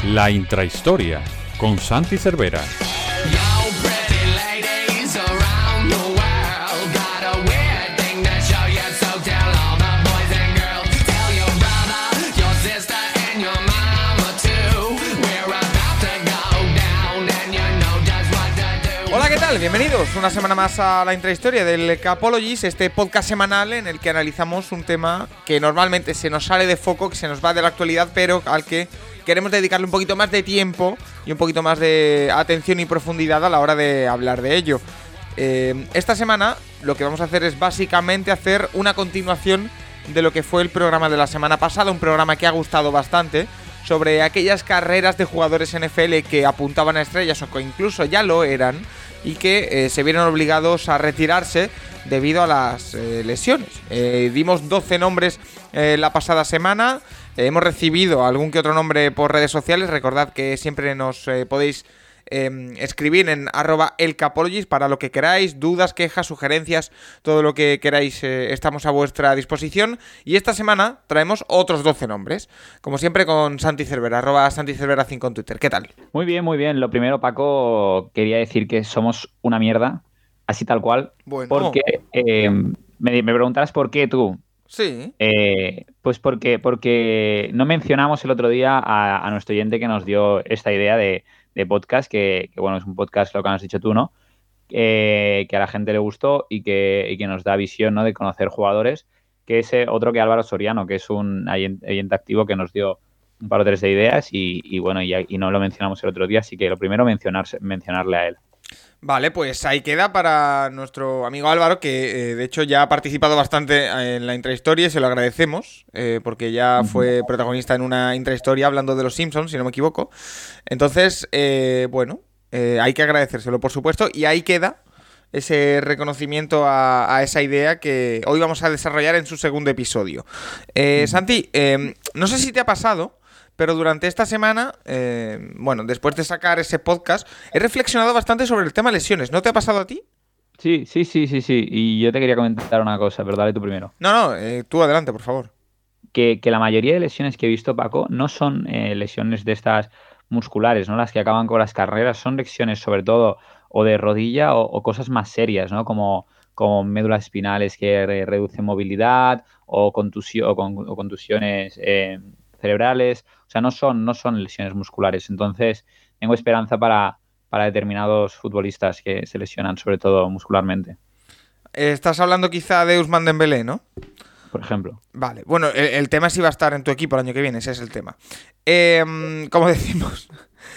La intrahistoria con Santi Cervera. Hola, ¿qué tal? Bienvenidos una semana más a la intrahistoria del Capologies, este podcast semanal en el que analizamos un tema que normalmente se nos sale de foco, que se nos va de la actualidad, pero al que queremos dedicarle un poquito más de tiempo y un poquito más de atención y profundidad a la hora de hablar de ello. Esta semana lo que vamos a hacer es básicamente hacer una continuación de lo que fue el programa de la semana pasada, un programa que ha gustado bastante, sobre aquellas carreras de jugadores NFL que apuntaban a estrellas o que incluso ya lo eran y que se vieron obligados a retirarse debido a las lesiones. Dimos 12 nombres la pasada semana, hemos recibido algún que otro nombre por redes sociales. Recordad que siempre nos podéis escribir en @elcapologies para lo que queráis, dudas, quejas, sugerencias, todo lo que queráis, estamos a vuestra disposición. Y esta semana traemos otros 12 nombres, como siempre con Santi Cervera, @SantiCervera5 en Twitter. ¿Qué tal? Muy bien, muy bien. Lo primero, Paco, quería decir que somos una mierda, así tal cual, Bueno. porque me preguntarás por qué tú. Sí. Pues porque no mencionamos el otro día a nuestro oyente que nos dio esta idea de podcast, que bueno, es un podcast, lo que has dicho tú, ¿no? Que a la gente le gustó y que nos da visión, ¿no?, de conocer jugadores, que es otro que Álvaro Soriano, que es un oyente activo que nos dio un par o tres de ideas y bueno, y no lo mencionamos el otro día, así que lo primero mencionarle a él. Vale, pues ahí queda para nuestro amigo Álvaro, que de hecho ya ha participado bastante en la intrahistoria y se lo agradecemos, porque ya fue protagonista en una intrahistoria hablando de los Simpsons, si no me equivoco. Entonces, bueno, hay que agradecérselo, por supuesto, y ahí queda ese reconocimiento a esa idea que hoy vamos a desarrollar en su segundo episodio. Santi, no sé si te ha pasado, pero durante esta semana, bueno, después de sacar ese podcast, he reflexionado bastante sobre el tema lesiones. ¿No te ha pasado a ti? Sí. Y yo te quería comentar una cosa, pero dale tú primero. No, tú adelante, por favor. Que la mayoría de lesiones que he visto, Paco, no son lesiones de estas musculares, ¿no? Las que acaban con las carreras, son lesiones sobre todo o de rodilla o cosas más serias, ¿no? Como médulas espinales que reducen movilidad o contusiones cerebrales. O sea, no son lesiones musculares. Entonces, tengo esperanza para determinados futbolistas que se lesionan, sobre todo muscularmente. Estás hablando quizá de Ousmane Dembélé, ¿no? Por ejemplo. Vale, bueno, el tema sí va a estar en tu equipo el año que viene, ese es el tema. Como decimos,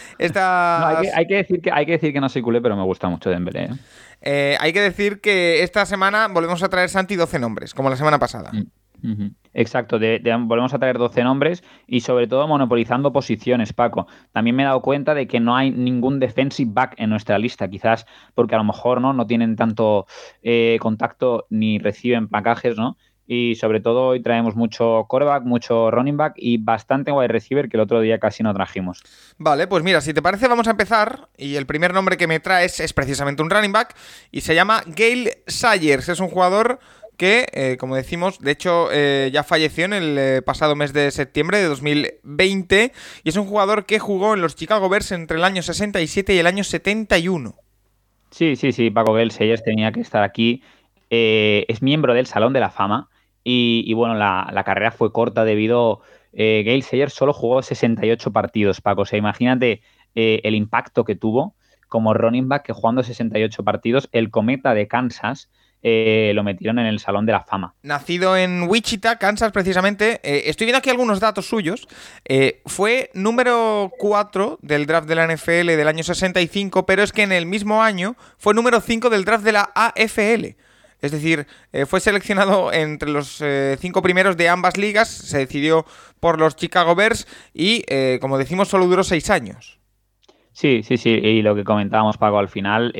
No, hay que decir que no soy culé, pero me gusta mucho Dembélé, ¿eh? Hay que decir que esta semana volvemos a traer, Santi, 12 nombres, como la semana pasada. Exacto, volvemos a traer 12 nombres y sobre todo monopolizando posiciones, Paco. También me he dado cuenta de que no hay ningún defensive back en nuestra lista, quizás porque a lo mejor no tienen tanto contacto ni reciben placajes, ¿no? Y sobre todo hoy traemos mucho quarterback, mucho running back y bastante wide receiver, que el otro día casi no trajimos. Vale, pues mira, si te parece vamos a empezar. Y el primer nombre que me traes es precisamente un running back y se llama Gale Sayers. Es un jugador que, como decimos, de hecho ya falleció en el pasado mes de septiembre de 2020 y es un jugador que jugó en los Chicago Bears entre el año 67 y el año 71. Sí, Paco Gale Sayers tenía que estar aquí. Es miembro del Salón de la Fama y bueno, la carrera fue corta debido... Gale Sayers solo jugó 68 partidos, Paco. O sea, imagínate el impacto que tuvo como running back, que jugando 68 partidos, el Cometa de Kansas lo metieron en el Salón de la Fama. Nacido en Wichita, Kansas, precisamente. Estoy viendo aquí algunos datos suyos. Fue número 4 del draft de la NFL del año 65, pero es que en el mismo año fue número 5 del draft de la AFL. Es decir, fue seleccionado entre los 5 primeros de ambas ligas, se decidió por los Chicago Bears y, como decimos, solo duró 6 años. Sí, y lo que comentábamos, Paco, al final,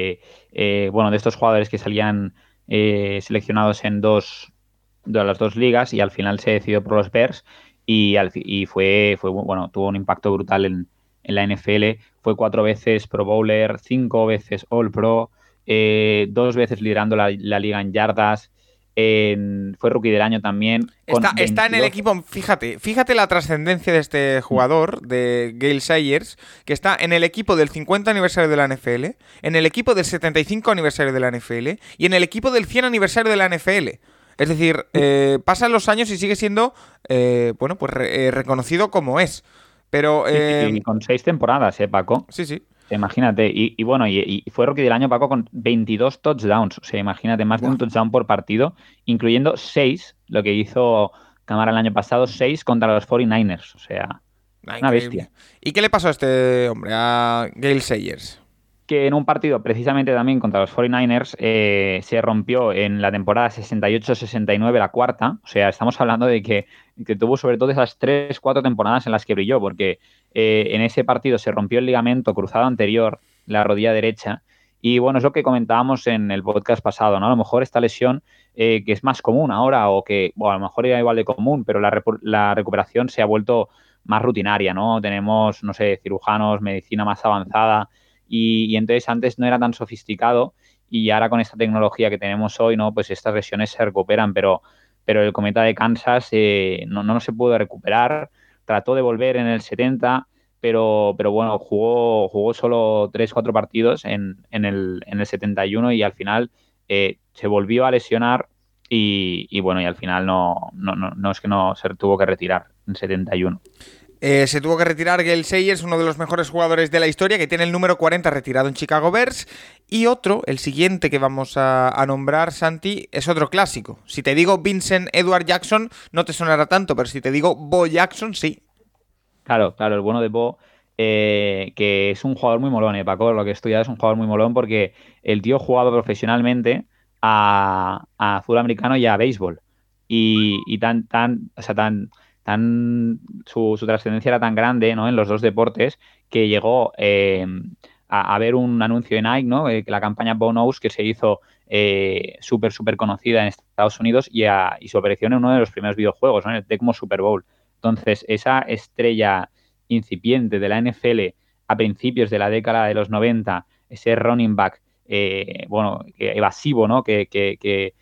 bueno, de estos jugadores que salían seleccionados en de las dos ligas y al final se decidió por los Bears y fue bueno, tuvo un impacto brutal en la NFL. Fue 4 veces Pro Bowler, 5 veces All Pro, 2 veces liderando la liga en yardas. fue rookie del año también. Está en el equipo, fíjate la trascendencia de este jugador, de Gale Sayers, que está en el equipo del 50 aniversario de la NFL, en el equipo del 75 aniversario de la NFL y en el equipo del 100 aniversario de la NFL. Es decir, pasan los años y sigue siendo reconocido como es. Pero Sí, con 6 temporadas, Paco. sí. Imagínate, y fue rookie del año, Paco, con 22 touchdowns. O sea, imagínate, más de un touchdown por partido, incluyendo 6, lo que hizo Camara el año pasado, 6 contra los 49ers. O sea, una bestia. ¿Y qué le pasó a este hombre, a Gale Sayers? Que en un partido precisamente también contra los 49ers se rompió en la temporada 68-69 la cuarta. O sea, estamos hablando de que tuvo sobre todo esas 3-4 temporadas en las que brilló, porque en ese partido se rompió el ligamento cruzado anterior, la rodilla derecha. Y bueno, es lo que comentábamos en el podcast pasado, ¿no? A lo mejor esta lesión que es más común ahora, o que a lo mejor era igual de común, pero la recuperación se ha vuelto más rutinaria, ¿no? Tenemos, no sé, cirujanos, medicina más avanzada. Y entonces antes no era tan sofisticado, y ahora con esta tecnología que tenemos hoy, ¿no? Pues estas lesiones se recuperan, pero el Cometa de Kansas no se pudo recuperar. Trató de volver en el 70, pero bueno, jugó solo 3-4 partidos en el 71, y al final se volvió a lesionar y bueno, y al final no es que no se tuvo que retirar en 71. Se tuvo que retirar Gale Sayers, uno de los mejores jugadores de la historia, que tiene el número 40 retirado en Chicago Bears. Y otro, el siguiente que vamos a nombrar, Santi, es otro clásico. Si te digo Vincent Edward Jackson, no te sonará tanto, pero si te digo Bo Jackson, sí. Claro, el bueno de Bo, que es un jugador muy molón, Paco, lo que he estudiado es un jugador muy molón, porque el tío jugaba profesionalmente a fútbol americano y a béisbol. Y su trascendencia era tan grande, ¿no? En los dos deportes, que llegó a ver un anuncio de Nike, ¿no? La campaña Bo Knows, que se hizo súper conocida en Estados Unidos, y su aparición en uno de los primeros videojuegos, ¿no? En el Tecmo Super Bowl. Entonces, esa estrella incipiente de la NFL a principios de la década de los 90, ese running back evasivo, ¿no? Que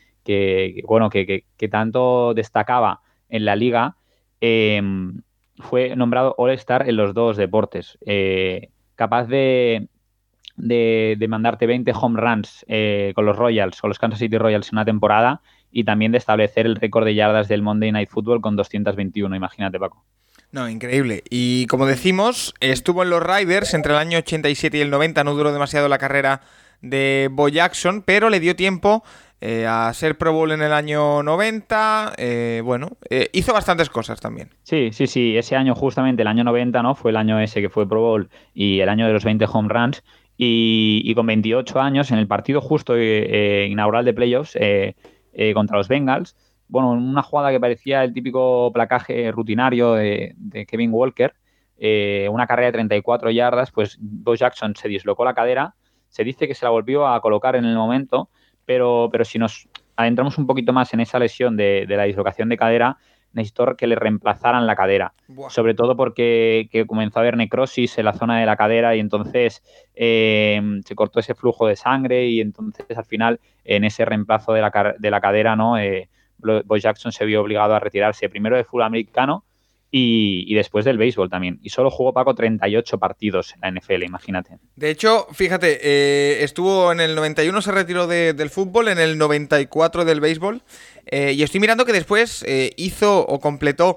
tanto destacaba en la liga, fue nombrado All-Star en los dos deportes. Capaz de mandarte 20 home runs con los Kansas City Royals en una temporada, y también de establecer el récord de yardas del Monday Night Football con 221, imagínate, Paco. No, increíble. Y como decimos, estuvo en los Raiders entre el año 87 y el 90, no duró demasiado la carrera de Bo Jackson, pero le dio tiempo a ser Pro Bowl en el año 90, hizo bastantes cosas también. Sí, ese año justamente, el año 90, ¿no? Fue el año ese que fue Pro Bowl y el año de los 20 home runs, y con 28 años, en el partido justo inaugural de playoffs contra los Bengals, bueno, una jugada que parecía el típico placaje rutinario de Kevin Walker, una carrera de 34 yardas, pues Bo Jackson se dislocó la cadera. Se dice que se la volvió a colocar en el momento, pero si nos adentramos un poquito más en esa lesión de la dislocación de cadera, necesitó que le reemplazaran la cadera. Buah. Sobre todo porque comenzó a haber necrosis en la zona de la cadera, y entonces se cortó ese flujo de sangre, y entonces al final en ese reemplazo de la cadera, ¿no? Bo Jackson se vio obligado a retirarse primero de fútbol americano y después del béisbol también. Y solo jugó, Paco, 38 partidos en la NFL, imagínate. De hecho, fíjate, estuvo en el 91, se retiró del fútbol, en el 94 del béisbol. Y estoy mirando que después hizo o completó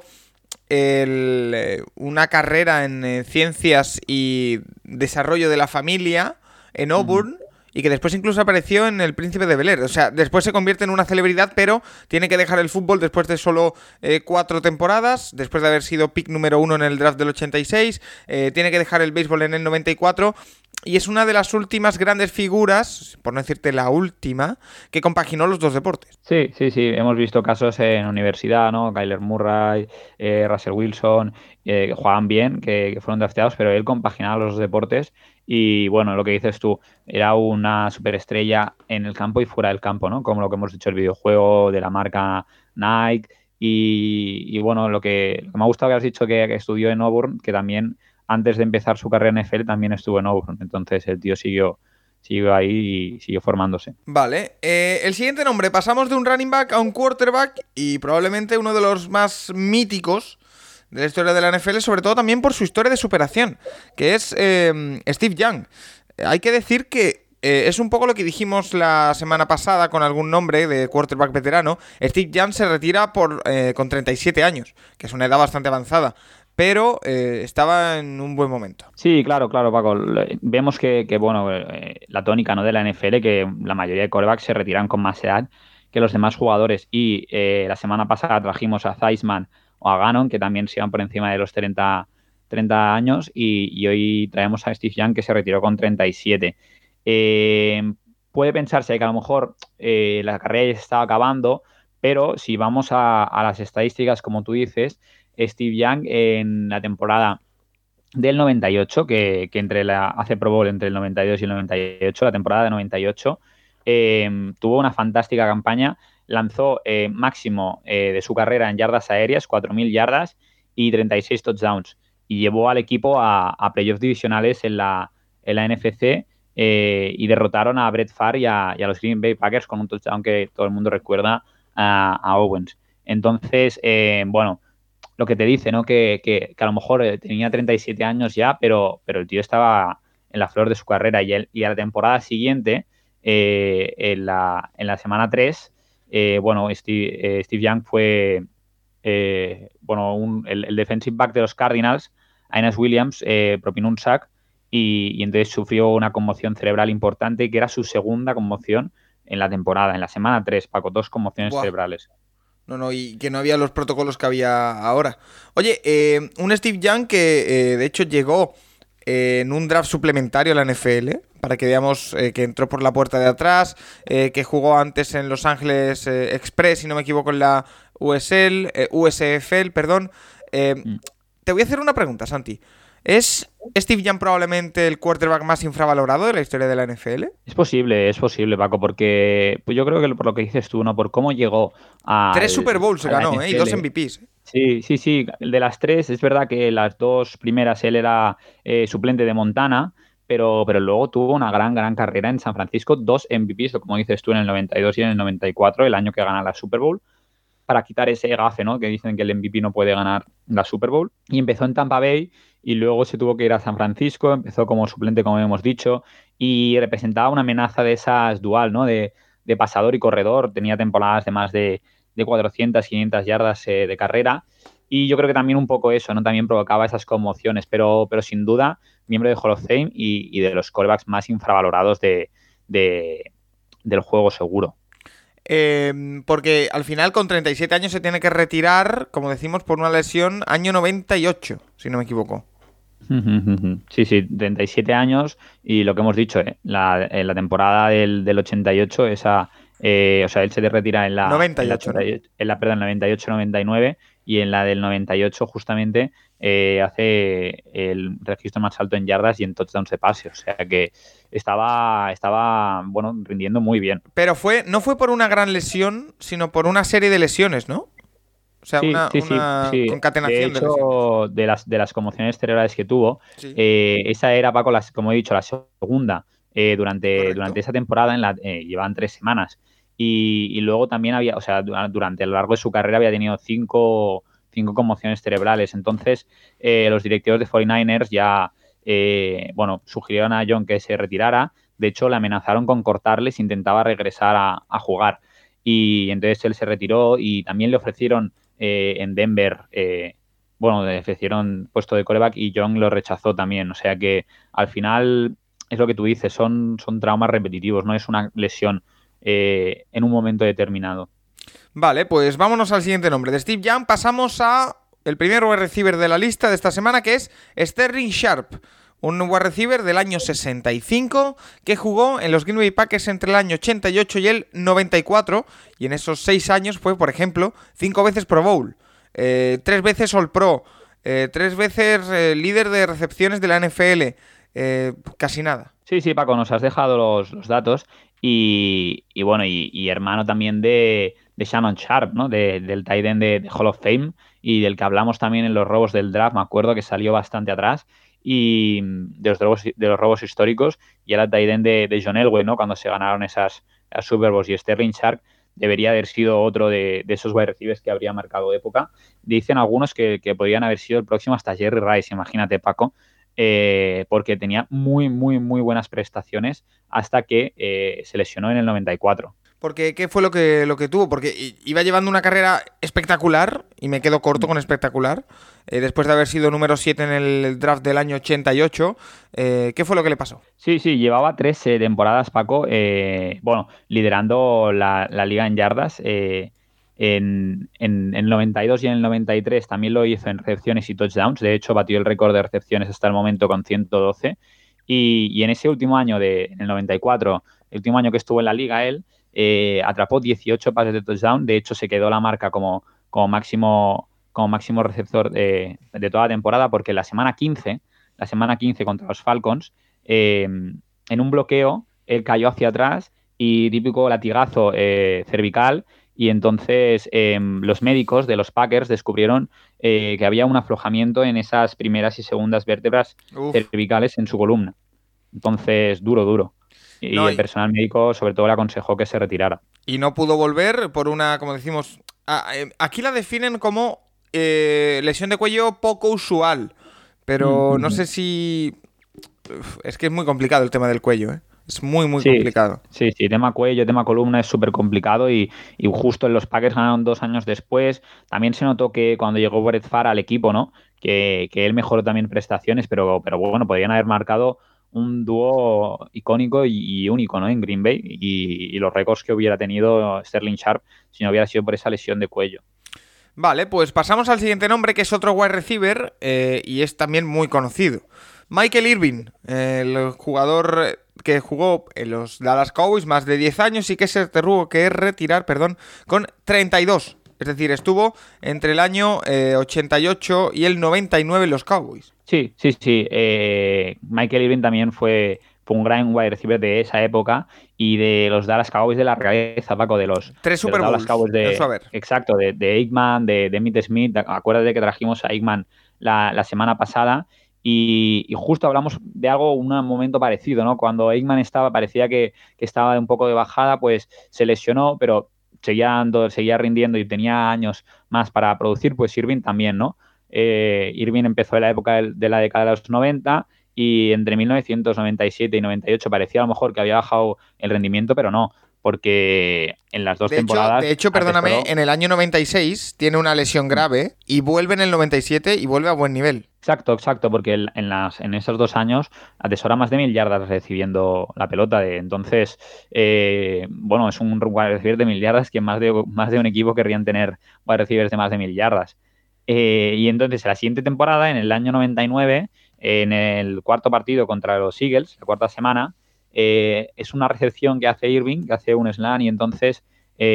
una carrera en ciencias y desarrollo de la familia en Auburn. Y que después incluso apareció en El Príncipe de Bel-Air. O sea, después se convierte en una celebridad, pero tiene que dejar el fútbol después de solo 4 temporadas, después de haber sido pick número 1 en el draft del 86, tiene que dejar el béisbol en el 94, y es una de las últimas grandes figuras, por no decirte la última, que compaginó los dos deportes. Sí, hemos visto casos en universidad, ¿no? Kyler Murray, Russell Wilson, que jugaban bien, que fueron drafteados, pero él compaginaba los dos deportes. Y bueno, lo que dices tú, era una superestrella en el campo y fuera del campo, ¿no? Como lo que hemos dicho, el videojuego de la marca Nike. Y bueno, lo que me ha gustado que has dicho que estudió en Auburn, que también antes de empezar su carrera en NFL también estuvo en Auburn. Entonces el tío siguió siguió ahí y siguió formándose. Vale, el siguiente nombre, pasamos de un running back a un quarterback y probablemente uno de los más míticos de la historia de la NFL, sobre todo también por su historia de superación, que es Steve Young. Hay que decir que es un poco lo que dijimos la semana pasada con algún nombre de quarterback veterano. Steve Young se retira con 37 años, que es una edad bastante avanzada, pero estaba en un buen momento. Sí, claro, Paco. Vemos que bueno, la tónica, ¿no?, de la NFL, que la mayoría de quarterbacks se retiran con más edad que los demás jugadores. Y la semana pasada trajimos a Theismann o a Gannon, que también se iban por encima de los 30 años, y hoy traemos a Steve Young, que se retiró con 37. Puede pensarse que a lo mejor la carrera ya se estaba acabando, pero si vamos a las estadísticas, como tú dices, Steve Young en la temporada del 98, que hace Pro Bowl entre el 92 y el 98, la temporada de 98, tuvo una fantástica campaña, lanzó máximo de su carrera en yardas aéreas, 4.000 yardas y 36 touchdowns, y llevó al equipo a playoffs divisionales en la NFC, y derrotaron a Brett Favre y a los Green Bay Packers con un touchdown que todo el mundo recuerda a Owens. Entonces, bueno, lo que te dice, ¿no? Que a lo mejor tenía 37 años ya, pero el tío estaba en la flor de su carrera, y a la temporada siguiente, en la semana 3, bueno, Steve Young fue bueno, el defensive back de los Cardinals, Aeneas Williams, propinó un sack y entonces sufrió una conmoción cerebral importante, que era su segunda conmoción en la temporada, en la semana 3, Paco, 2 conmociones cerebrales. No, y que no había los protocolos que había ahora. Oye, un Steve Young que de hecho llegó en un draft suplementario a la NFL, para que veamos que entró por la puerta de atrás, que jugó antes en Los Ángeles Express, si no me equivoco, en la USFL, perdón. Te voy a hacer una pregunta, Santi. ¿Es Steve Young probablemente el quarterback más infravalorado de la historia de la NFL? Es posible, Paco, porque pues yo creo que por lo que dices tú, ¿no? Por cómo llegó a 3 Super Bowls se ganó, NFL. y 2 MVPs. Sí. De las 3, es verdad que las 2 primeras él era suplente de Montana, pero luego tuvo una gran carrera en San Francisco, 2 MVPs, como dices tú, en el 92 y en el 94, el año que gana la Super Bowl, para quitar ese gafe, ¿no?, que dicen que el MVP no puede ganar la Super Bowl. Y empezó en Tampa Bay y luego se tuvo que ir a San Francisco, empezó como suplente, como hemos dicho, y representaba una amenaza de esas dual, ¿no?, de pasador y corredor. Tenía temporadas de más de 400, 500 yardas de carrera, y yo creo que también un poco eso, ¿no?, también provocaba esas conmociones, pero sin duda miembro de Hall of Fame y de los quarterbacks más infravalorados del juego, seguro. Porque al final con 37 años se tiene que retirar, como decimos, por una lesión año 98, si no me equivoco. Sí, 37 años, y lo que hemos dicho, en la temporada del 88, o sea, él se retira en la 98, en la 98-99, y en la del 98 justamente hace el registro más alto en yardas y en touchdowns de pase, o sea que estaba bueno, rindiendo muy bien. Pero no fue por una gran lesión, sino por una serie de lesiones, ¿no? O sea, una concatenación de hecho, de las conmociones cerebrales que tuvo, esa era, Paco, como he dicho, la segunda durante esa temporada, llevaban 3 semanas. Y luego también había, o sea, durante a lo largo de su carrera había tenido 5 conmociones cerebrales. Entonces, los directivos de 49ers ya, bueno, sugirieron a John que se retirara. De hecho, le amenazaron con cortarle si intentaba regresar a jugar. Y entonces él se retiró, y también le ofrecieron en Denver, bueno, le ofrecieron puesto de quarterback y John lo rechazó también. O sea que al final es lo que tú dices, son traumas repetitivos, no es una lesión en un momento determinado. Vale, pues vámonos al siguiente nombre. De Steve Young pasamos a el primer wide receiver de la lista de esta semana, que es Sterling Sharp. Un wide receiver del año 65 que jugó en los Green Bay Packers entre el año 88 y el 94. Y en esos 6 años fue, por ejemplo, 5 veces Pro Bowl, 3 veces All Pro, 3 veces líder de recepciones de la NFL. Casi nada. Sí, Paco, nos has dejado los datos. Y bueno, y hermano también de Shannon Sharp, ¿no? Del tight end de Hall of Fame, y del que hablamos también en los robos del draft. Me acuerdo que salió bastante atrás. y de los robos históricos, y era el tight end de John Elway, ¿no? Cuando se ganaron esas Super Bowls, y Sterling Sharp debería haber sido otro de esos wide receivers que habría marcado época. Dicen algunos que podrían haber sido el próximo hasta Jerry Rice, imagínate, Paco, porque tenía muy, muy, muy buenas prestaciones hasta que se lesionó en el 94. Porque, ¿qué fue lo que tuvo? Porque iba llevando una carrera espectacular, y me quedo corto con espectacular, después de haber sido número 7 en el draft del año 88. ¿Qué fue lo que le pasó? Sí, llevaba 3 temporadas, Paco, liderando la liga en yardas. En el 92 y en el 93 también lo hizo en recepciones y touchdowns. De hecho, batió el récord de recepciones hasta el momento con 112. Y en ese último año, en el 94, el último año que estuvo en la liga, él atrapó 18 pases de touchdown. De hecho, se quedó la marca como máximo receptor de toda la temporada, porque la semana 15 contra los Falcons, en un bloqueo, él cayó hacia atrás y típico latigazo cervical, y entonces los médicos de los Packers descubrieron que había un aflojamiento en esas primeras y segundas vértebras cervicales en su columna. Entonces, duro. Y el personal médico sobre todo le aconsejó que se retirara. Y no pudo volver por una, como decimos, aquí la definen como lesión de cuello poco usual, pero no sé si... Es que es muy complicado el tema del cuello, ¿eh? Es muy, muy complicado. Sí, tema cuello, tema columna es súper complicado, y justo en los Packers ganaron 2 años después. También se notó que cuando llegó Brett Favre al equipo, ¿no? Que él mejoró también prestaciones, pero bueno, podrían haber marcado un dúo icónico y único, ¿no? En Green Bay, y los récords que hubiera tenido Sterling Sharp si no hubiera sido por esa lesión de cuello. Vale, pues pasamos al siguiente nombre, que es otro wide receiver, y es también muy conocido. Michael Irvin, el jugador que jugó en los Dallas Cowboys más de 10 años y que se tuvo que retirar, con 32. Es decir, estuvo entre el año 88 y el 99 en los Cowboys. Sí. Michael Irvin también fue un gran wide receiver de esa época y de los Dallas Cowboys de la realeza, Paco, de los 3 Super Bowls. Exacto, de Aikman, de Emmitt Smith. Acuérdate que trajimos a Aikman la semana pasada. Y justo hablamos de un momento parecido, ¿no? Cuando Aikman parecía que estaba un poco de bajada, pues se lesionó, pero seguía rindiendo y tenía años más para producir. Pues Irvin también, ¿no? Irvin empezó en la época de la década de los 90, y entre 1997 y 98 parecía a lo mejor que había bajado el rendimiento, pero no, porque en las dos temporadas... De hecho, perdóname, en el año 96 tiene una lesión grave y vuelve en el 97 y vuelve a buen nivel. Exacto, porque en esos 2 años atesora más de 1000 yardas recibiendo la pelota. Entonces, es un wide receiver de 1000 yardas que más de un equipo querrían tener wide receivers de más de 1000 yardas. Y entonces, en la siguiente temporada, en el año 99, en el cuarto partido contra los Eagles, la cuarta semana, es una recepción que hace Irving, que hace un slant, y entonces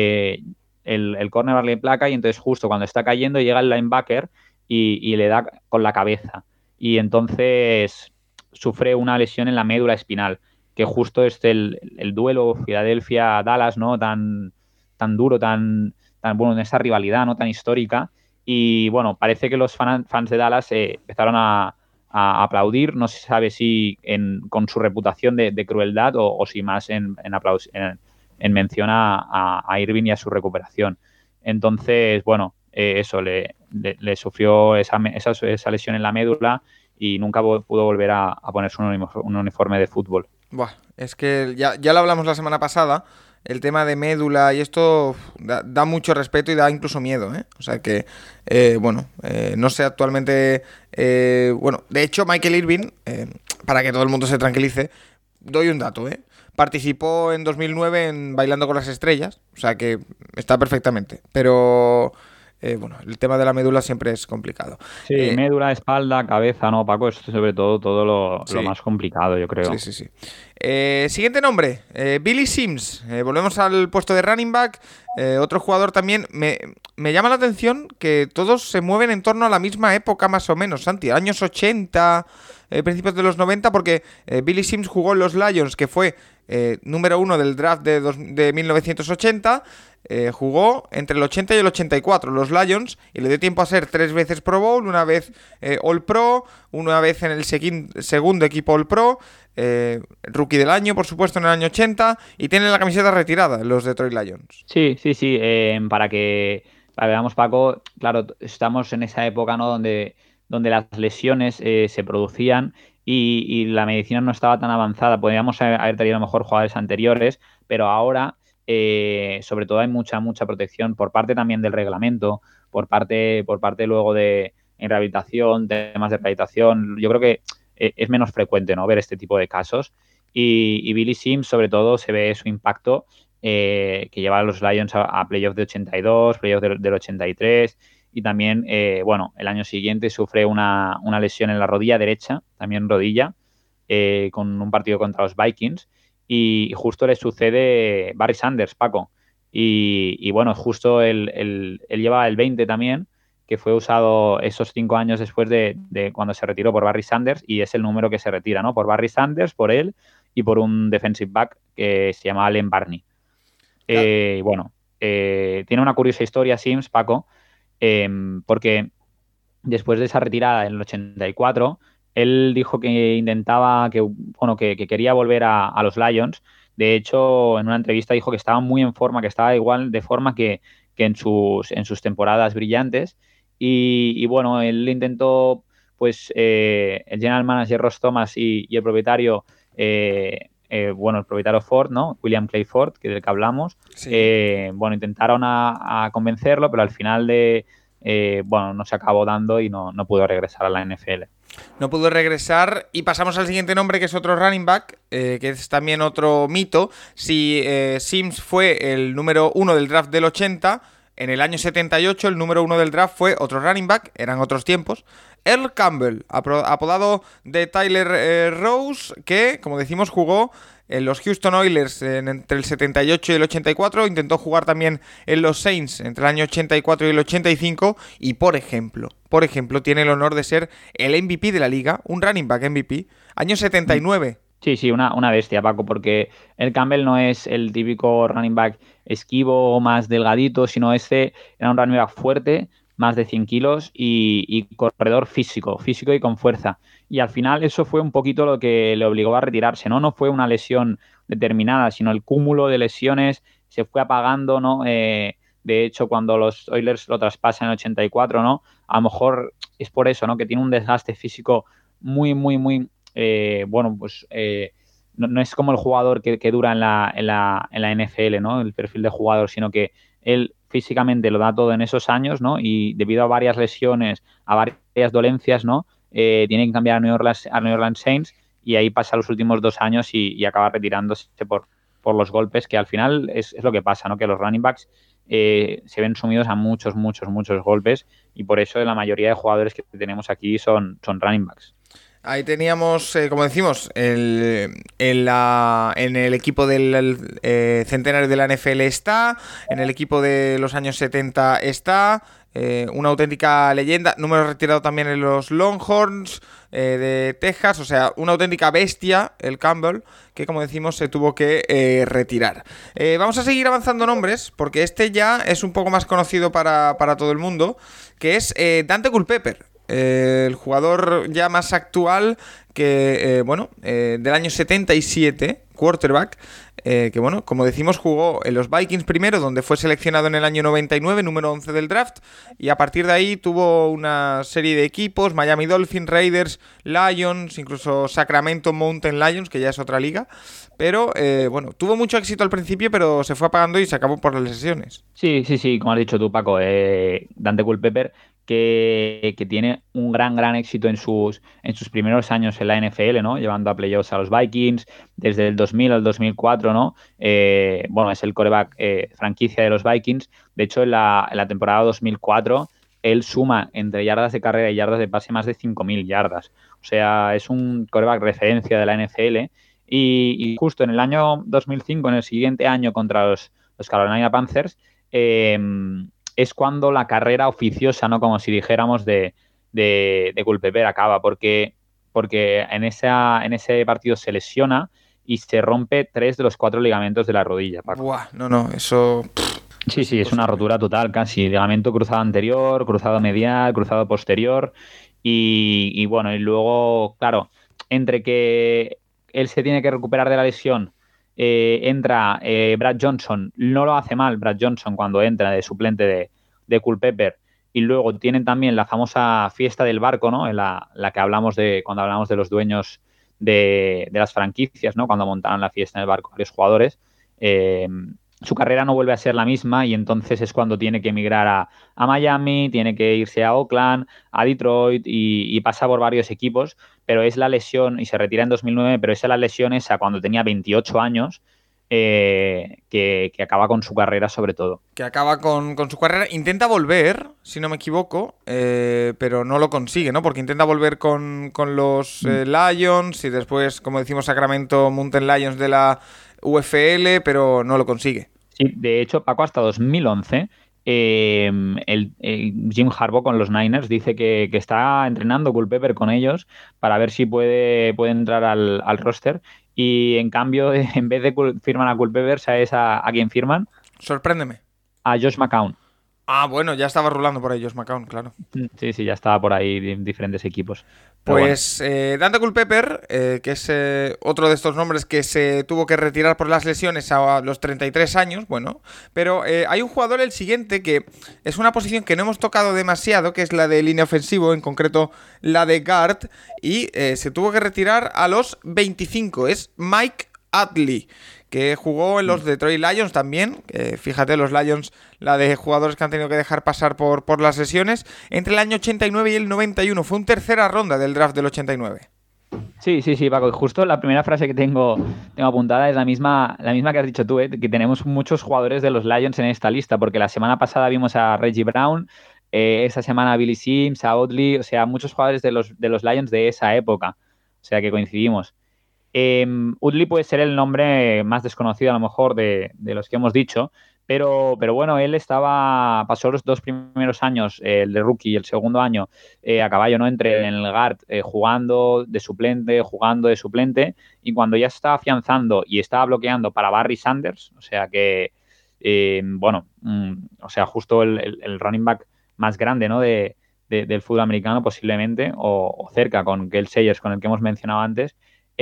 el cornerback le placa, y entonces justo cuando está cayendo llega el linebacker y le da con la cabeza, y entonces sufre una lesión en la médula espinal, que justo es el duelo Filadelfia-Dallas, ¿no? Tan duro, tan bueno, en esa rivalidad, ¿no? Tan histórica. Y bueno, parece que los fans de Dallas empezaron a aplaudir. No se sabe si con su reputación de crueldad o si más en mención a Irving y a su recuperación. Entonces, bueno, eso, le sufrió esa lesión en la médula y nunca pudo volver a ponerse un uniforme de fútbol. Buah, es que ya lo hablamos la semana pasada. El tema de médula y esto da mucho respeto y da incluso miedo, ¿eh? O sea que, no sé actualmente... de hecho, Michael Irvin, para que todo el mundo se tranquilice, doy un dato, ¿eh? Participó en 2009 en Bailando con las Estrellas, o sea que está perfectamente. Pero... el tema de la médula siempre es complicado. Sí, médula, espalda, cabeza, ¿no, Paco? Esto es sobre todo lo más complicado, yo creo. Sí. Siguiente nombre, Billy Sims. Volvemos al puesto de running back. Otro jugador también. Me llama la atención que todos se mueven en torno a la misma época, más o menos, Santi. Años 80, principios de los 90, porque Billy Sims jugó en los Lions, que fue número 1 del draft de 1980. jugó entre el 80 y el 84 los Lions y le dio tiempo a ser 3 veces Pro Bowl, una vez All Pro, una vez en el segundo equipo All Pro, Rookie del año, por supuesto, en el año 80, y tiene la camiseta retirada los Detroit Lions. Sí, sí, sí. Para que veamos, Paco, claro, estamos en esa época, ¿no? Donde las lesiones se producían y la medicina no estaba tan avanzada. Podríamos haber tenido a lo mejor jugadores anteriores, pero ahora, sobre todo, hay mucha protección por parte también del reglamento, por parte luego en rehabilitación, temas de rehabilitación. Yo creo que es menos frecuente, ¿no? Ver este tipo de casos. Y Billy Sims, sobre todo, se ve su impacto que lleva a los Lions a playoffs de 82, playoffs del 83 y también, bueno, el año siguiente sufre una lesión en la rodilla derecha, también rodilla, con un partido contra los Vikings y justo le sucede Barry Sanders, Paco. Y bueno, justo él lleva el 20 también, que fue usado esos 5 años después de cuando se retiró por Barry Sanders y es el número que se retira, ¿no? Por Barry Sanders, por él y por un defensive back que se llama Allen Barney. Bueno, tiene una curiosa historia Sims, Paco, porque después de esa retirada en el 84, él dijo que intentaba, que quería volver a los Lions. De hecho, en una entrevista dijo que estaba muy en forma, que estaba igual de forma que en sus temporadas brillantes. Y bueno, él intentó, pues, el general manager Ross Thomas y el propietario, el propietario Ford, ¿no? William Clay Ford, que del que hablamos, Sí. Bueno, intentaron a convencerlo, pero al final no se acabó dando y no pudo regresar a la NFL. No pudo regresar y pasamos al siguiente nombre, que es otro running back, que es también otro mito. Si Sims fue el número 1 del draft del 80, en el año 78 el número 1 del draft fue otro running back, eran otros tiempos, Earl Campbell, apodado de Tyler Rose, que, como decimos, jugó en los Houston Oilers entre el 78 y el 84, intentó jugar también en los Saints entre el año 84 y el 85 y, por ejemplo, tiene el honor de ser el MVP de la liga, un running back MVP, año 79. Sí, una bestia, Paco, porque el Campbell no es el típico running back esquivo o más delgadito, sino era un running back fuerte, más de 100 kilos y corredor físico y con fuerza. Y al final eso fue un poquito lo que le obligó a retirarse, ¿no? No fue una lesión determinada, sino el cúmulo de lesiones se fue apagando, ¿no? De hecho, cuando los Oilers lo traspasan en el 84, ¿no? A lo mejor es por eso, ¿no? Que tiene un desgaste físico muy no es como el jugador que dura en la NFL, ¿no? El perfil de jugador, sino que él físicamente lo da todo en esos años, ¿no? Y debido a varias lesiones, a varias dolencias, ¿no? Tiene que cambiar a New Orleans Saints y ahí pasa los últimos 2 años y acaba retirándose por los golpes, que al final es lo que pasa, ¿no? Que los running backs se ven sumidos a muchos golpes y por eso la mayoría de jugadores que tenemos aquí son running backs. Ahí teníamos, como decimos, en el equipo del centenario de la NFL está, en el equipo de los años 70 está, una auténtica leyenda, número retirado también en los Longhorns de Texas, o sea, una auténtica bestia, el Campbell, que como decimos se tuvo que retirar. Vamos a seguir avanzando nombres, porque este ya es un poco más conocido para todo el mundo, que es Dante Culpepper. El jugador ya más actual que, del año 77, quarterback, que bueno, como decimos, jugó en los Vikings primero, donde fue seleccionado en el año 99, número 11 del draft, y a partir de ahí tuvo una serie de equipos, Miami Dolphins, Raiders, Lions, incluso Sacramento Mountain Lions, que ya es otra liga, pero tuvo mucho éxito al principio, pero se fue apagando y se acabó por las lesiones. Sí, como has dicho tú, Paco, Dante Culpepper, que tiene un gran éxito en sus primeros años en la NFL, ¿no? Llevando a playoffs a los Vikings desde el 2000 al 2004, ¿no? Es el quarterback franquicia de los Vikings. De hecho, en la temporada 2004, él suma entre yardas de carrera y yardas de pase más de 5.000 yardas. O sea, es un quarterback referencia de la NFL. Y justo en el año 2005, en el siguiente año contra los Carolina Panthers, es cuando la carrera oficiosa, ¿no? Como si dijéramos de Culpepper acaba, porque en ese partido se lesiona y se rompe 3 de los 4 ligamentos de la rodilla, Paco. Buah, no, eso... Sí, sí, es una rotura total casi. Ligamento cruzado anterior, cruzado medial, cruzado posterior. Y bueno, y luego, claro, entre que él se tiene que recuperar de la lesión, entra Brad Johnson, no lo hace mal Brad Johnson cuando entra de suplente de Culpepper. Y luego tienen también la famosa fiesta del barco, ¿no? En la que hablamos cuando hablamos de los dueños de las franquicias, ¿no? Cuando montaron la fiesta en el barco varios jugadores. Su carrera no vuelve a ser la misma y entonces es cuando tiene que emigrar a Miami, tiene que irse a Oakland, a Detroit y pasa por varios equipos, pero es la lesión, y se retira en 2009, pero es la lesión esa cuando tenía 28 años que acaba con su carrera sobre todo. Que acaba con su carrera. Intenta volver, si no me equivoco, pero no lo consigue, ¿no? Porque intenta volver con los Lions y después, como decimos, Sacramento Mountain Lions de la UFL, pero no lo consigue. Sí, de hecho, Paco, hasta 2011, Jim Harbaugh con los Niners dice que está entrenando Culpepper con ellos para ver si puede entrar al roster. Y en cambio, en vez de firman a Culpepper, ¿sabes a quién firman? Sorpréndeme. A Josh McCown. Ah, bueno, ya estaba rulando por ahí Josh McCown, claro. Sí, sí, ya estaba por ahí en diferentes equipos. Pues Dante Culpepper, que es otro de estos nombres que se tuvo que retirar por las lesiones a los 33 años, bueno, pero hay un jugador, el siguiente, que es una posición que no hemos tocado demasiado, que es la de línea ofensivo, en concreto la de guard, y se tuvo que retirar a los 25, es Mike Utley, que jugó en los Detroit Lions también. Fíjate, los Lions, la de jugadores que han tenido que dejar pasar por las lesiones. Entre el año 89 y el 91. Fue un tercera ronda del draft del 89. Sí, sí, sí, Paco. Y justo la primera frase que tengo apuntada es la misma que has dicho tú, que tenemos muchos jugadores de los Lions en esta lista, porque la semana pasada vimos a Reggie Brown, esta semana a Billy Sims, a Oddly, o sea, muchos jugadores de los Lions de esa época. O sea, que coincidimos. Utley puede ser el nombre más desconocido a lo mejor de los que hemos dicho, pero bueno, él pasó los 2 primeros años, el de rookie y el segundo año, a caballo, ¿no? Entre en el guard, jugando de suplente, y cuando ya se estaba afianzando y estaba bloqueando para Barry Sanders, o sea que, o sea, justo el running back más grande, ¿no? Del fútbol americano posiblemente, o cerca con Gale Sayers, con el que hemos mencionado antes.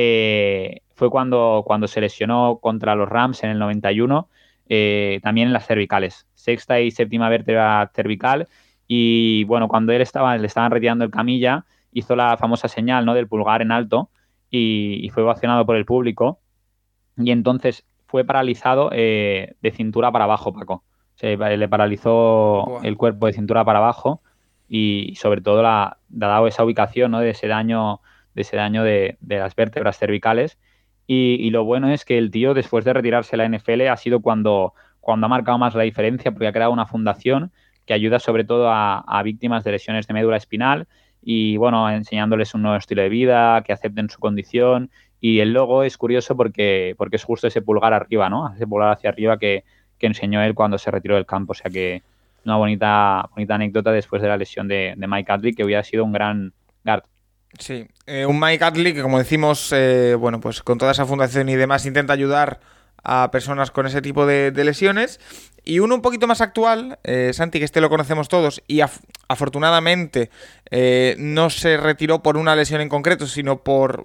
Fue cuando se lesionó contra los Rams en el 91, también en las cervicales, sexta y séptima vértebra cervical, y bueno, cuando le estaban retirando el camilla, hizo la famosa señal, ¿no? Del pulgar en alto y fue ovacionado por el público, y entonces fue paralizado de cintura para abajo, Paco. Le paralizó el cuerpo de cintura para abajo y sobre todo le ha dado esa ubicación, ¿no? De ese daño de las vértebras cervicales. Y lo bueno es que el tío, después de retirarse de la NFL, ha sido cuando ha marcado más la diferencia, porque ha creado una fundación que ayuda sobre todo a víctimas de lesiones de médula espinal y, bueno, enseñándoles un nuevo estilo de vida, que acepten su condición. Y el logo es curioso porque es justo ese pulgar arriba, ¿no? Ese pulgar hacia arriba que enseñó él cuando se retiró del campo. O sea que una bonita anécdota después de la lesión de Mike Utley, que hubiera sido un gran guard. Sí, un Mike Utley que, como decimos, bueno, pues con toda esa fundación y demás intenta ayudar a personas con ese tipo de lesiones. Y uno un poquito más actual, Santi, que este lo conocemos todos y afortunadamente no se retiró por una lesión en concreto, sino por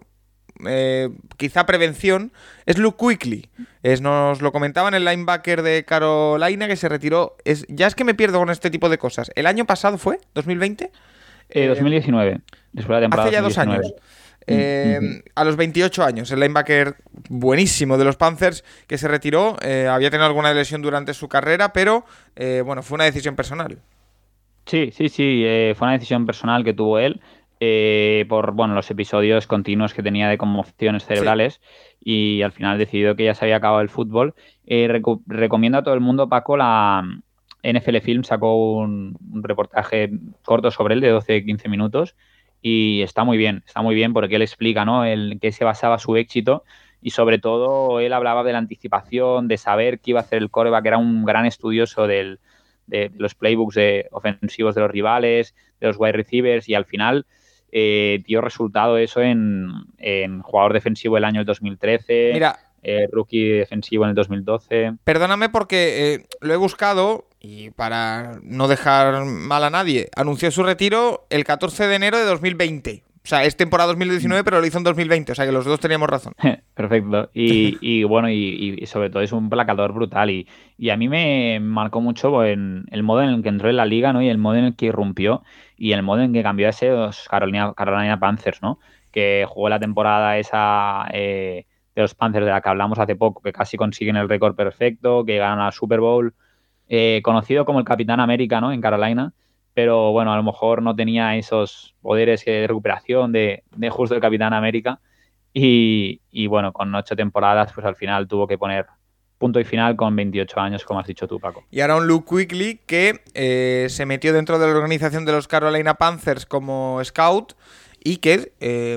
quizá prevención, es Luke Kuechly. Nos lo comentaban el linebacker de Carolina que se retiró. Ya es que me pierdo con este tipo de cosas. ¿El año pasado fue? ¿2020? 2019, después de la temporada. Hace ya 2019. 2 años. A los 28 años, el linebacker buenísimo de los Panthers que se retiró, había tenido alguna lesión durante su carrera, pero bueno, fue una decisión personal. Sí, fue una decisión personal que tuvo él por los episodios continuos que tenía de conmociones cerebrales, sí. Y al final decidió que ya se había acabado el fútbol. Recomiendo a todo el mundo, Paco, la NFL Film sacó un reportaje corto sobre él de 12-15 minutos y está muy bien porque él explica, ¿no? En qué se basaba su éxito y sobre todo él hablaba de la anticipación, de saber qué iba a hacer el quarterback, que era un gran estudioso de los playbooks ofensivos de los rivales, de los wide receivers, y al final dio resultado eso en jugador defensivo el año 2013. Mira, rookie defensivo en el 2012. Perdóname porque lo he buscado y para no dejar mal a nadie, anunció su retiro el 14 de enero de 2020. O sea, es temporada 2019, pero lo hizo en 2020. O sea, que los dos teníamos razón. Perfecto. Y bueno, y sobre todo es un placador brutal. Y a mí me marcó mucho en el modo en el que entró en la liga, ¿no? Y el modo en el que irrumpió y el modo en que cambió a esos Carolina Panthers, ¿no? Que jugó la temporada esa de los Panthers de la que hablamos hace poco, que casi consiguen el récord perfecto, que ganan al Super Bowl. Conocido como el Capitán América, ¿no? En Carolina. Pero bueno, a lo mejor no tenía esos poderes de recuperación de justo el Capitán América y bueno, con 8 temporadas pues al final tuvo que poner punto y final con 28 años, como has dicho tú, Paco. Y ahora un Luke Kuechly que se metió dentro de la organización de los Carolina Panthers como scout y que,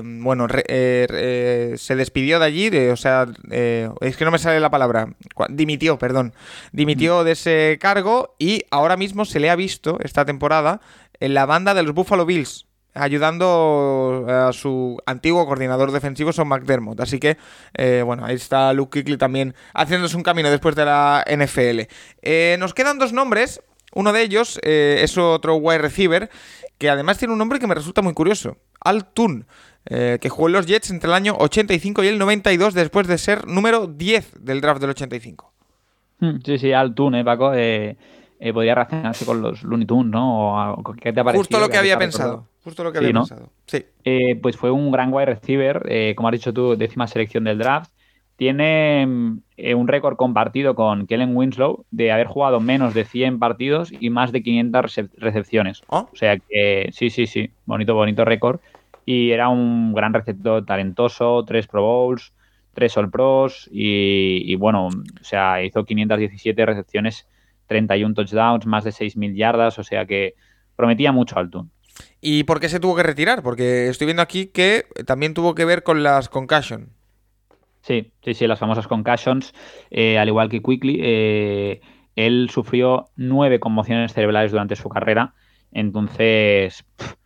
se despidió de allí, es que no me sale la palabra, dimitió de ese cargo y ahora mismo se le ha visto esta temporada en la banda de los Buffalo Bills, ayudando a su antiguo coordinador defensivo, Sean McDermott. Así que, ahí está Luke Kuechly también haciéndose un camino después de la NFL. Nos quedan 2 nombres. Uno de ellos es otro wide receiver, que además tiene un nombre que me resulta muy curioso. Al Toon, que jugó en los Jets entre el año 85 y el 92 después de ser número 10 del draft del 85. Sí, Al Toon, Paco. Podría relacionarse con los Looney Tunes, ¿no? ¿Qué te ha parecido? Justo lo que había pensado. Sí. Pues fue un gran wide receiver, como has dicho tú, 10ª selección del draft. Tiene un récord compartido con Kellen Winslow de haber jugado menos de 100 partidos y más de 500 recepciones. ¿Oh? O sea que sí, bonito récord. Y era un gran receptor talentoso, 3 Pro Bowls, 3 All Pros y bueno, o sea, hizo 517 recepciones, 31 touchdowns, más de 6.000 yardas, o sea que prometía mucho al Toon. ¿Y por qué se tuvo que retirar? Porque estoy viendo aquí que también tuvo que ver con las concussion. Sí, las famosas concussions, al igual que Kuechly, él sufrió 9 conmociones cerebrales durante su carrera, entonces,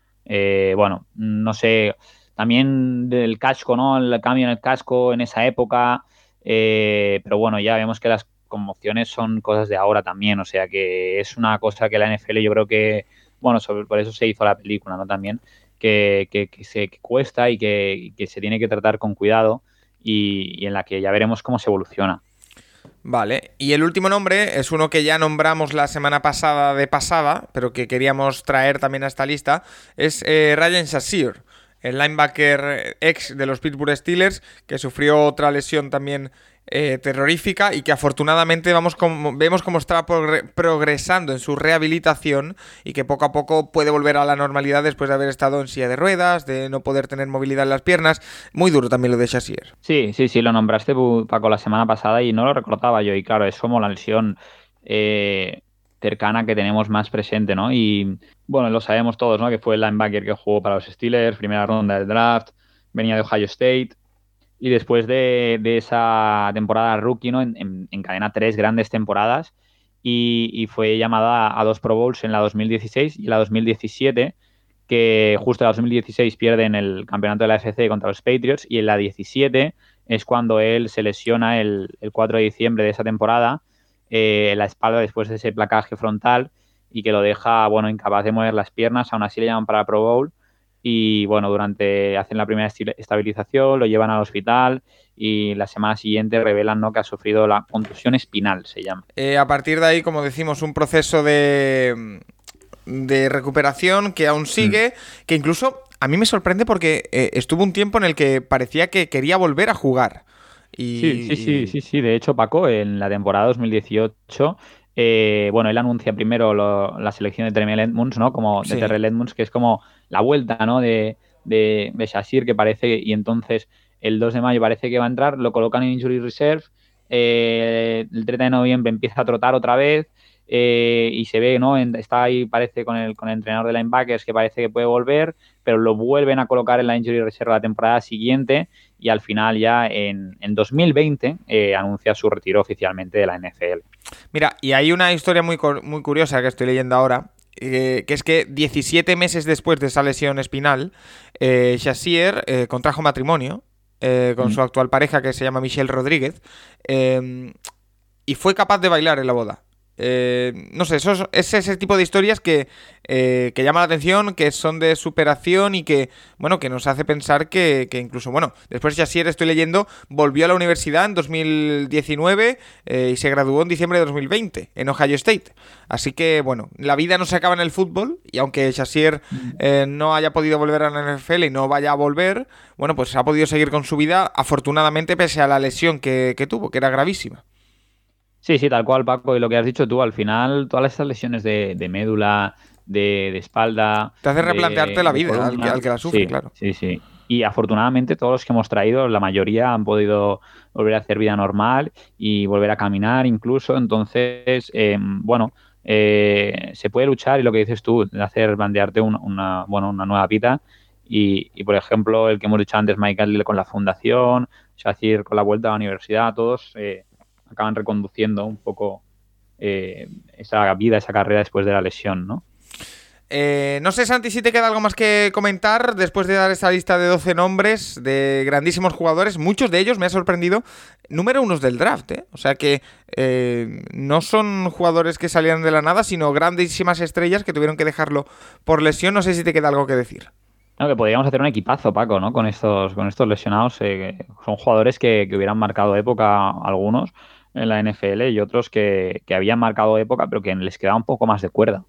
no sé, también del casco, ¿no? El cambio en el casco en esa época, pero bueno, ya vemos que las conmociones son cosas de ahora también, o sea que es una cosa que la NFL yo creo que, bueno, por eso se hizo la película, ¿no? También, que cuesta y que se tiene que tratar con cuidado. Y en la que ya veremos cómo se evoluciona. Vale, y el último nombre es uno que ya nombramos la semana pasada, pero que queríamos traer también a esta lista, es Ryan Shazier, el linebacker ex de los Pittsburgh Steelers, que sufrió otra lesión también terrorífica y que afortunadamente vemos cómo está progresando en su rehabilitación y que poco a poco puede volver a la normalidad después de haber estado en silla de ruedas, de no poder tener movilidad en las piernas. Muy duro también lo de Shazier. Sí, lo nombraste, Paco, la semana pasada y no lo recordaba yo. Y claro, es como la lesión cercana que tenemos más presente, ¿no? Y bueno, lo sabemos todos, ¿no? Que fue el linebacker que jugó para los Steelers, primera ronda del draft, venía de Ohio State. Y después de esa temporada rookie, ¿no? Encadena 3 grandes temporadas y fue llamada a 2 Pro Bowls en la 2016 y la 2017, que justo en la 2016 pierden el campeonato de la AFC contra los Patriots y en la 17 es cuando él se lesiona el 4 de diciembre de esa temporada en la espalda después de ese placaje frontal y que lo deja, incapaz de mover las piernas. Aún así le llaman para Pro Bowl. Y bueno, hacen la primera estabilización, lo llevan al hospital y la semana siguiente revelan, ¿no?, que ha sufrido la contusión espinal, se llama. A partir de ahí, como decimos, un proceso de recuperación que aún sigue, que incluso a mí me sorprende porque estuvo un tiempo en el que parecía que quería volver a jugar. Sí. De hecho, Paco, en la temporada 2018... él anuncia primero la selección de Terrell Edmunds, ¿no? De Terrell Edmunds, que es como la vuelta, ¿no? de Shazier, que parece, y entonces el 2 de mayo parece que va a entrar, lo colocan en Injury Reserve, el 30 de noviembre empieza a trotar otra vez, y se ve, ¿no? Está ahí, parece, con el entrenador de linebackers, que parece que puede volver, pero lo vuelven a colocar en la Injury Reserve la temporada siguiente, y al final ya en 2020 anuncia su retiro oficialmente de la NFL. Mira, y hay una historia muy curiosa que estoy leyendo ahora, que es que 17 meses después de esa lesión espinal, Shazier contrajo matrimonio con su actual pareja, que se llama Michelle Rodríguez, y fue capaz de bailar en la boda. No sé, es ese tipo de historias que llama la atención, que son de superación y que, bueno, que nos hace pensar que incluso, bueno, después Shazier, estoy leyendo, volvió a la universidad en 2019 y se graduó en diciembre de 2020 en Ohio State. Así que, bueno, la vida no se acaba en el fútbol, y aunque Shazier no haya podido volver a la NFL y no vaya a volver, bueno, pues ha podido seguir con su vida, afortunadamente, pese a la lesión que tuvo, que era gravísima. Sí, sí, tal cual, Paco. Y lo que has dicho tú, al final, todas estas lesiones de médula, de espalda... Te hace replantearte la vida columna, al que la sufre, sí, claro. Sí, sí. Y afortunadamente todos los que hemos traído, la mayoría han podido volver a hacer vida normal y volver a caminar incluso. Entonces, bueno, se puede luchar, y lo que dices tú, de hacer bandearte una nueva vida. Y, por ejemplo, el que hemos dicho antes, Michael con la fundación, Shazier con la vuelta a la universidad, todos... acaban reconduciendo un poco esa vida, esa carrera después de la lesión, ¿no? No sé, Santi, si te queda algo más que comentar después de dar esa lista de 12 nombres de grandísimos jugadores. Muchos de ellos, me ha sorprendido, número unos del draft, ¿eh? O sea que no son jugadores que salieron de la nada, sino grandísimas estrellas que tuvieron que dejarlo por lesión. No sé si te queda algo que decir. No, que podríamos hacer un equipazo, Paco, ¿no? Con estos lesionados. Son jugadores que hubieran marcado época, algunos en la NFL, y otros que habían marcado época, pero que les quedaba un poco más de cuerda.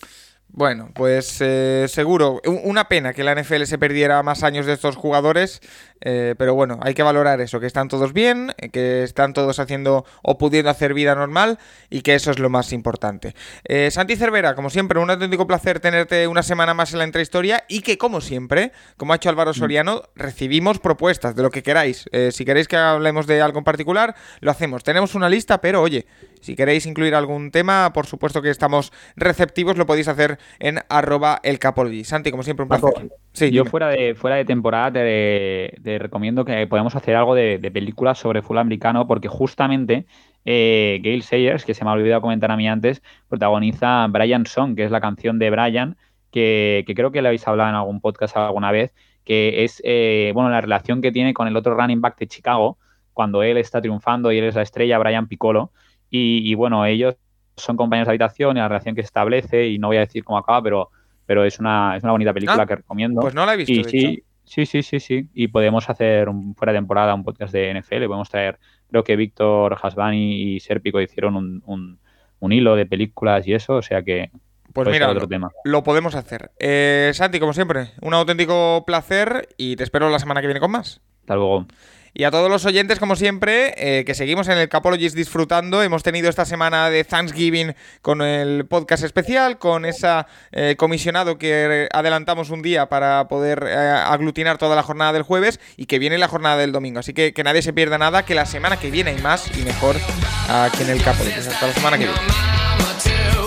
Bueno, pues seguro, una pena que la NFL se perdiera más años de estos jugadores, pero bueno, hay que valorar eso, que están todos bien, que están todos haciendo o pudiendo hacer vida normal, y que eso es lo más importante. Santi Cervera, como siempre, un auténtico placer tenerte una semana más en la Intrahistoria, y que, como siempre, como ha hecho Álvaro Soriano, recibimos propuestas de lo que queráis. Si queréis que hablemos de algo en particular, lo hacemos. Tenemos una lista, pero oye, si queréis incluir algún tema, por supuesto que estamos receptivos, lo podéis hacer en @elcapology. Santi, como siempre, un placer. Paco, Sí, yo dime. fuera de temporada te recomiendo que podamos hacer algo de películas sobre fútbol americano, porque justamente Gale Sayers, que se me ha olvidado comentar a mí antes, protagoniza Brian Song, que es la canción de Brian, que creo que le habéis hablado en algún podcast alguna vez, que es bueno, la relación que tiene con el otro running back de Chicago, cuando él está triunfando y él es la estrella, Brian Piccolo, y bueno, ellos son compañeros de habitación, y la relación que se establece, y no voy a decir cómo acaba, pero es una bonita película que recomiendo. Pues no la he visto, Y de hecho. sí. Y podemos hacer fuera de temporada un podcast de NFL. Podemos traer, creo que Víctor Hasbani y Serpico hicieron un hilo de películas y eso, o sea que Pues puede mira, ser otro tema. lo podemos hacer. Santi, como siempre, un auténtico placer, y te espero la semana que viene con más. Hasta luego. Y a todos los oyentes, como siempre, que seguimos en el Capologist disfrutando. Hemos tenido esta semana de Thanksgiving con el podcast especial, con esa comisionado que adelantamos un día para poder aglutinar toda la jornada del jueves, y que viene la jornada del domingo. Así que nadie se pierda nada, que la semana que viene hay más y mejor aquí en el Capologist. Hasta la semana que viene.